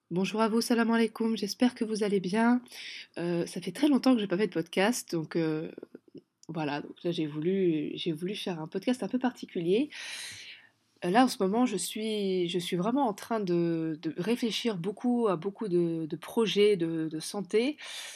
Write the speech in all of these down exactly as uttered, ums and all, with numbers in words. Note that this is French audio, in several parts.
Bonjour à vous, salam alaikum, j'espère que vous allez bien. Euh, ça fait très longtemps que j'ai pas fait de podcast, donc euh, voilà, donc là j'ai voulu, j'ai voulu faire un podcast un peu particulier. Euh, Là en ce moment, je suis, je suis vraiment en train de, de réfléchir beaucoup à beaucoup de, de projets de, de santé.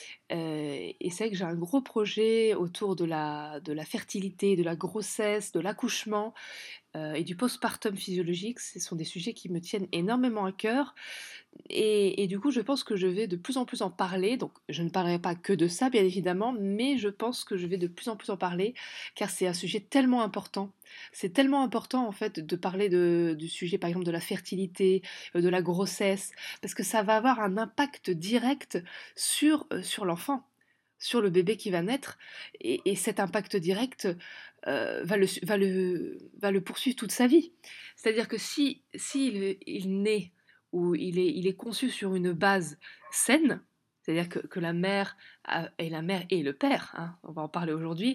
Euh, et c'est vrai que j'ai un gros projet autour de la, de la fertilité, de la grossesse, de l'accouchement euh, et du postpartum physiologique. Ce sont des sujets qui me tiennent énormément à cœur. Et, et du coup, je pense que je vais de plus en plus en parler. Donc, je ne parlerai pas que de ça, bien évidemment, mais je pense que je vais de plus en plus en parler, car c'est un sujet tellement important. C'est tellement important, en fait, de parler de- du sujet, par exemple, de la fertilité, euh, de la grossesse, parce que ça va avoir un impact direct sur, euh, sur l'enfant, sur le bébé qui va naître. Et, et cet impact direct euh, va le, va le, va le poursuivre toute sa vie. C'est-à-dire que si, s'il il naît où il est, il est conçu sur une base saine, c'est-à-dire que, que la mère a- et la mère et le père, hein, on va en parler aujourd'hui,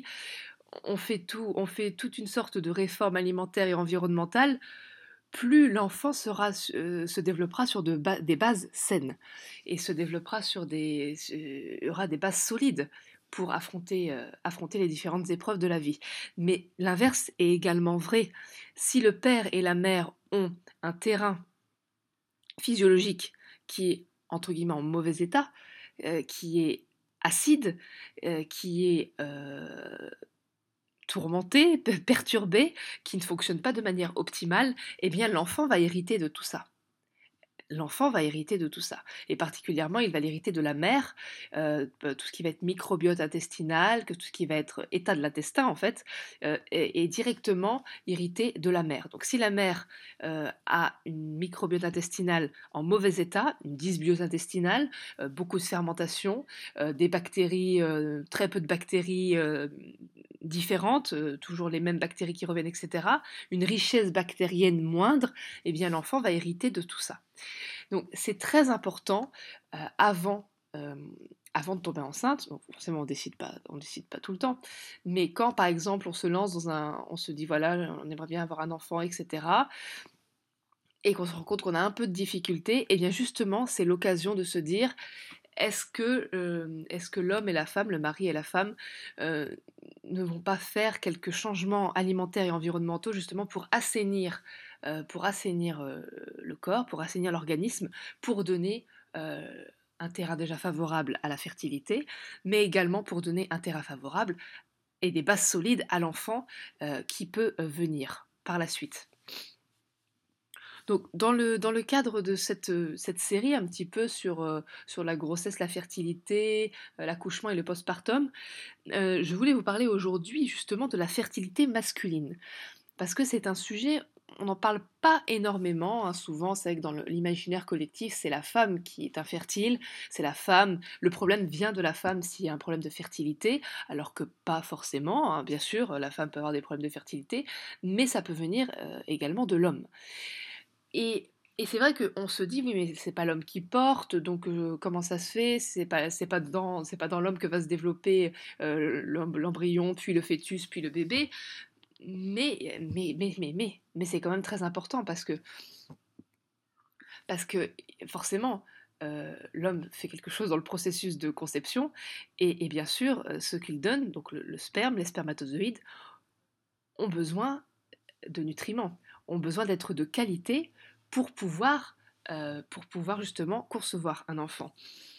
on fait tout, on fait toute une sorte de réforme alimentaire et environnementale, plus l'enfant sera, euh, se développera sur de ba- des bases saines et se développera sur des, euh, aura des bases solides pour affronter, euh, affronter les différentes épreuves de la vie. Mais l'inverse est également vrai. Si le père et la mère ont un terrain physiologique qui est entre guillemets en mauvais état, euh, qui est acide, euh, qui est euh, tourmenté, perturbé, qui ne fonctionne pas de manière optimale, eh bien l'enfant va hériter de tout ça. L'enfant va hériter de tout ça. Et particulièrement, il va l'hériter de la mère, euh, tout ce qui va être microbiote intestinal, que tout ce qui va être état de l'intestin, en fait, euh, est, est directement hérité de la mère. Donc si la mère euh, a une microbiote intestinale en mauvais état, une dysbiose intestinale, euh, beaucoup de fermentation, euh, des bactéries, euh, très peu de bactéries euh, différentes, euh, toujours les mêmes bactéries qui reviennent, et cetera, une richesse bactérienne moindre, eh bien l'enfant va hériter de tout ça. Donc c'est très important euh, avant, euh, avant de tomber enceinte. Donc, forcément on décide pas, on décide pas tout le temps, mais quand par exemple on se lance dans un, on se dit voilà, on aimerait bien avoir un enfant, et cetera. Et qu'on se rend compte qu'on a un peu de difficulté, et bien justement c'est l'occasion de se dire est-ce que, euh, est-ce que l'homme et la femme, le mari et la femme, euh, ne vont pas faire quelques changements alimentaires et environnementaux justement pour assainir, euh, pour assainir euh, le corps, pour assainir l'organisme, pour donner euh, un terrain déjà favorable à la fertilité, mais également pour donner un terrain favorable et des bases solides à l'enfant euh, qui peut euh, venir par la suite. Donc, dans le, dans le cadre de cette, euh, cette série, un petit peu sur, euh, sur la grossesse, la fertilité, euh, l'accouchement et le postpartum, euh, je voulais vous parler aujourd'hui justement de la fertilité masculine. Parce que c'est un sujet, on n'en parle pas énormément, hein. Souvent, c'est vrai que dans le- l'imaginaire collectif, c'est la femme qui est infertile, c'est la femme, le problème vient de la femme s'il y a un problème de fertilité, alors que pas forcément, hein. Bien sûr, la femme peut avoir des problèmes de fertilité, mais ça peut venir euh, également de l'homme. Et, et c'est vrai qu'on se dit, oui, mais c'est pas l'homme qui porte, donc euh, comment ça se fait? C'est pas, c'est pas dans, c'est pas dans l'homme que va se développer euh, l'em- l'embryon, puis le fœtus, puis le bébé. Mais, mais, mais, mais, mais, mais c'est quand même très important parce que, parce que forcément, euh, l'homme fait quelque chose dans le processus de conception, et, et bien sûr, euh, ce qu'il donne, donc le, le sperme, les spermatozoïdes, ont besoin de nutriments, ont besoin d'être de qualité pour pouvoir, euh, pour pouvoir justement concevoir un enfant.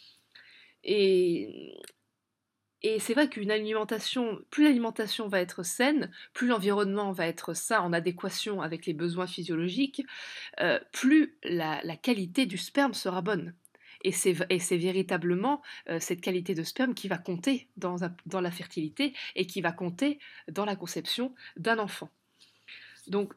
Et, et c'est vrai qu'une alimentation, plus l'alimentation va être saine, plus l'environnement va être sain en adéquation avec les besoins physiologiques, euh, plus la, la qualité du sperme sera bonne. Et c'est, et c'est véritablement euh, cette qualité de sperme qui va compter dans, un- dans la fertilité et qui va compter dans la conception d'un enfant. Donc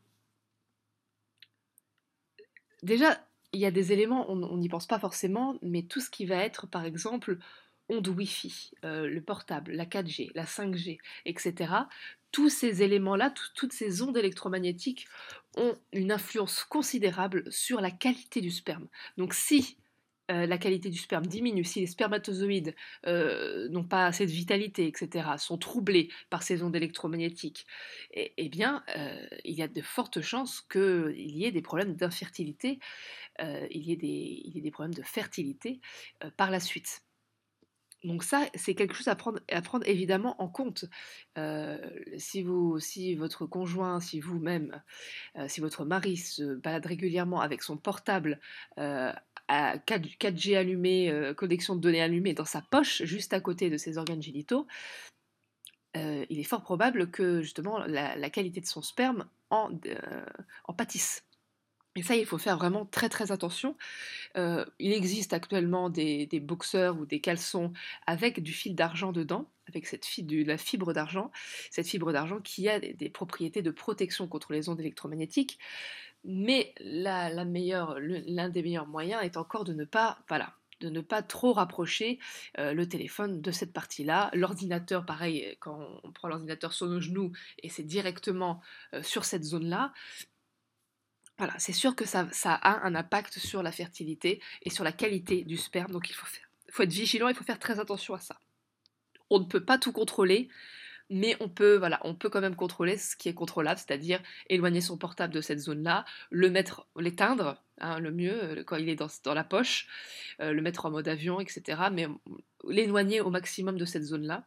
déjà, il y a des éléments, on n'y pense pas forcément, mais tout ce qui va être, par exemple, ondes Wi-Fi, euh, le portable, la quatre G, la cinq G, et cetera, tous ces éléments-là, tout- toutes ces ondes électromagnétiques ont une influence considérable sur la qualité du sperme. Donc si euh, la qualité du sperme diminue, si les spermatozoïdes euh, n'ont pas assez de vitalité, et cetera, sont troublés par ces ondes électromagnétiques, eh, eh bien, euh, il y a de fortes chances qu'il y ait des problèmes d'infertilité, euh, il y ait des, il y ait des problèmes de fertilité euh, par la suite. Donc ça, c'est quelque chose à prendre, à prendre évidemment en compte. Euh, si vous, si votre conjoint, si vous-même, euh, si votre mari se balade régulièrement avec son portable euh, à quatre G allumé, euh, connexion de données allumée dans sa poche, juste à côté de ses organes génitaux, euh, il est fort probable que justement la, la qualité de son sperme en, euh, en pâtisse. Et ça, il faut faire vraiment très très attention. Euh, il existe actuellement des, des boxeurs ou des caleçons avec du fil d'argent dedans, avec cette fi- de la fibre d'argent, cette fibre d'argent qui a des, des propriétés de protection contre les ondes électromagnétiques. Mais la, la meilleure, le- l'un des meilleurs moyens est encore de ne pas, voilà, de ne pas trop rapprocher euh, le téléphone de cette partie-là. L'ordinateur, pareil, quand on prend l'ordinateur sur nos genoux et c'est directement euh, sur cette zone-là, voilà, c'est sûr que ça, ça a un impact sur la fertilité et sur la qualité du sperme, donc il faut faire, il faut être vigilant, il faut faire très attention à ça. On ne peut pas tout contrôler, mais on peut, voilà, on peut quand même contrôler ce qui est contrôlable, c'est-à-dire éloigner son portable de cette zone-là, le mettre, l'éteindre, hein, le mieux, euh, quand il est dans, dans la poche, euh, le mettre en mode avion, et cetera. Mais l'éloigner au maximum de cette zone-là.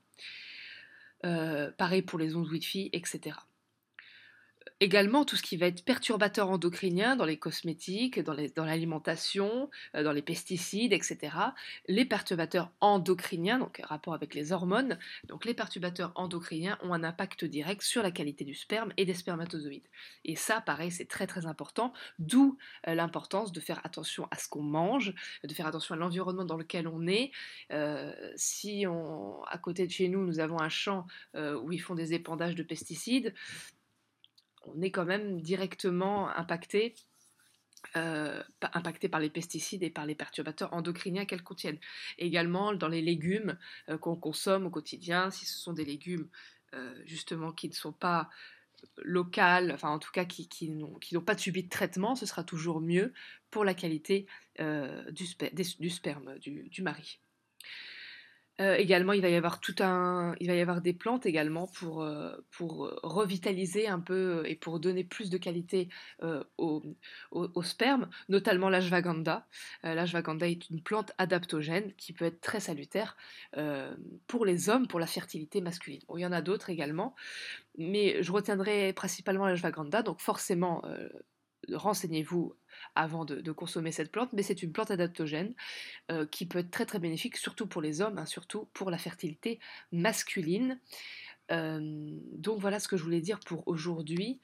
Euh, pareil pour les ondes Wi-Fi, et cetera. Également, tout ce qui va être perturbateur endocrinien dans les cosmétiques, dans, les, dans l'alimentation, euh, dans les pesticides, et cetera. Les perturbateurs endocriniens, donc rapport avec les hormones, donc les perturbateurs endocriniens ont un impact direct sur la qualité du sperme et des spermatozoïdes. Et ça, pareil, c'est très très important, d'où euh, l'importance de faire attention à ce qu'on mange, de faire attention à l'environnement dans lequel on est. Euh, si on, à côté de chez nous, nous avons un champ euh, où ils font des épandages de pesticides, on est quand même directement impacté, euh, impacté par les pesticides et par les perturbateurs endocriniens qu'elles contiennent. Également dans les légumes euh, qu'on consomme au quotidien, si ce sont des légumes euh, justement qui ne sont pas locales, enfin en tout cas qui, qui n'ont, qui n'ont pas subi de traitement, ce sera toujours mieux pour la qualité euh, du, sper- des- du sperme du, du mari. Euh, également, il va y avoir tout un, il va y avoir des plantes également pour, euh, pour revitaliser un peu et pour donner plus de qualité euh, au, au- au sperme, notamment l'ashwagandha. Euh, l'ashwagandha est une plante adaptogène qui peut être très salutaire euh, pour les hommes, pour la fertilité masculine. Bon, il y en a d'autres également, mais je retiendrai principalement l'ashwagandha, donc forcément euh, renseignez-vous avant de, de consommer cette plante, mais c'est une plante adaptogène euh, qui peut être très très bénéfique, surtout pour les hommes, hein, surtout pour la fertilité masculine. Euh, donc voilà ce que je voulais dire pour aujourd'hui.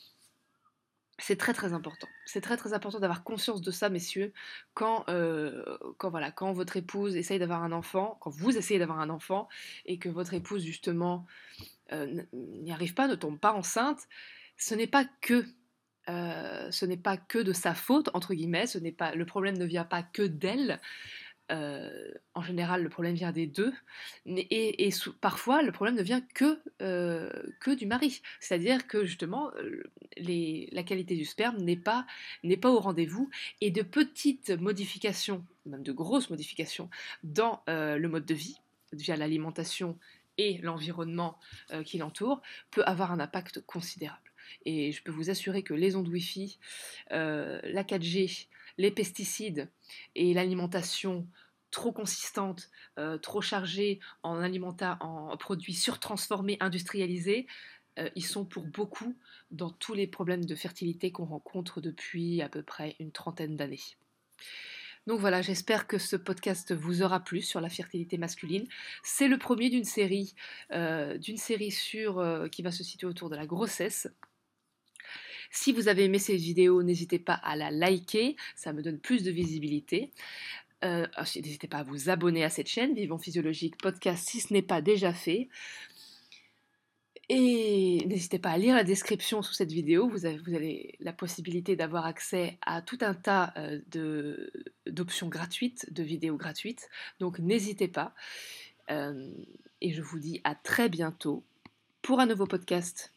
C'est très très important. C'est très très important d'avoir conscience de ça, messieurs, quand, euh, quand, voilà, quand votre épouse essaye d'avoir un enfant, quand vous essayez d'avoir un enfant, et que votre épouse justement euh, n'y arrive pas, ne tombe pas enceinte, ce n'est pas que euh, ce n'est pas que de sa faute entre guillemets, ce n'est pas le problème ne vient pas que d'elle. Euh, en général, le problème vient des deux, mais, et, et sous, parfois le problème ne vient que, euh, que du mari. C'est-à-dire que justement, euh, les, la qualité du sperme n'est pas, n'est pas au rendez-vous, et de petites modifications, même de grosses modifications, dans euh, le mode de vie, via l'alimentation et l'environnement euh, qui l'entoure, peut avoir un impact considérable. Et je peux vous assurer que les ondes Wi-Fi, euh, la quatre G, les pesticides et l'alimentation trop consistante, euh, trop chargée en, alimenta- en produits surtransformés, industrialisés, euh, ils sont pour beaucoup dans tous les problèmes de fertilité qu'on rencontre depuis à peu près une trentaine d'années. Donc voilà, j'espère que ce podcast vous aura plu sur la fertilité masculine. C'est le premier d'une série, euh, d'une série sur, euh, qui va se situer autour de la grossesse. Si vous avez aimé cette vidéo, n'hésitez pas à la liker, ça me donne plus de visibilité. Euh, n'hésitez pas à vous abonner à cette chaîne, Vivons Physiologique Podcast, si ce n'est pas déjà fait. Et n'hésitez pas à lire la description sous cette vidéo, vous avez, vous avez la possibilité d'avoir accès à tout un tas euh, de, d'options gratuites, de vidéos gratuites. Donc n'hésitez pas. Euh, et je vous dis à très bientôt pour un nouveau podcast.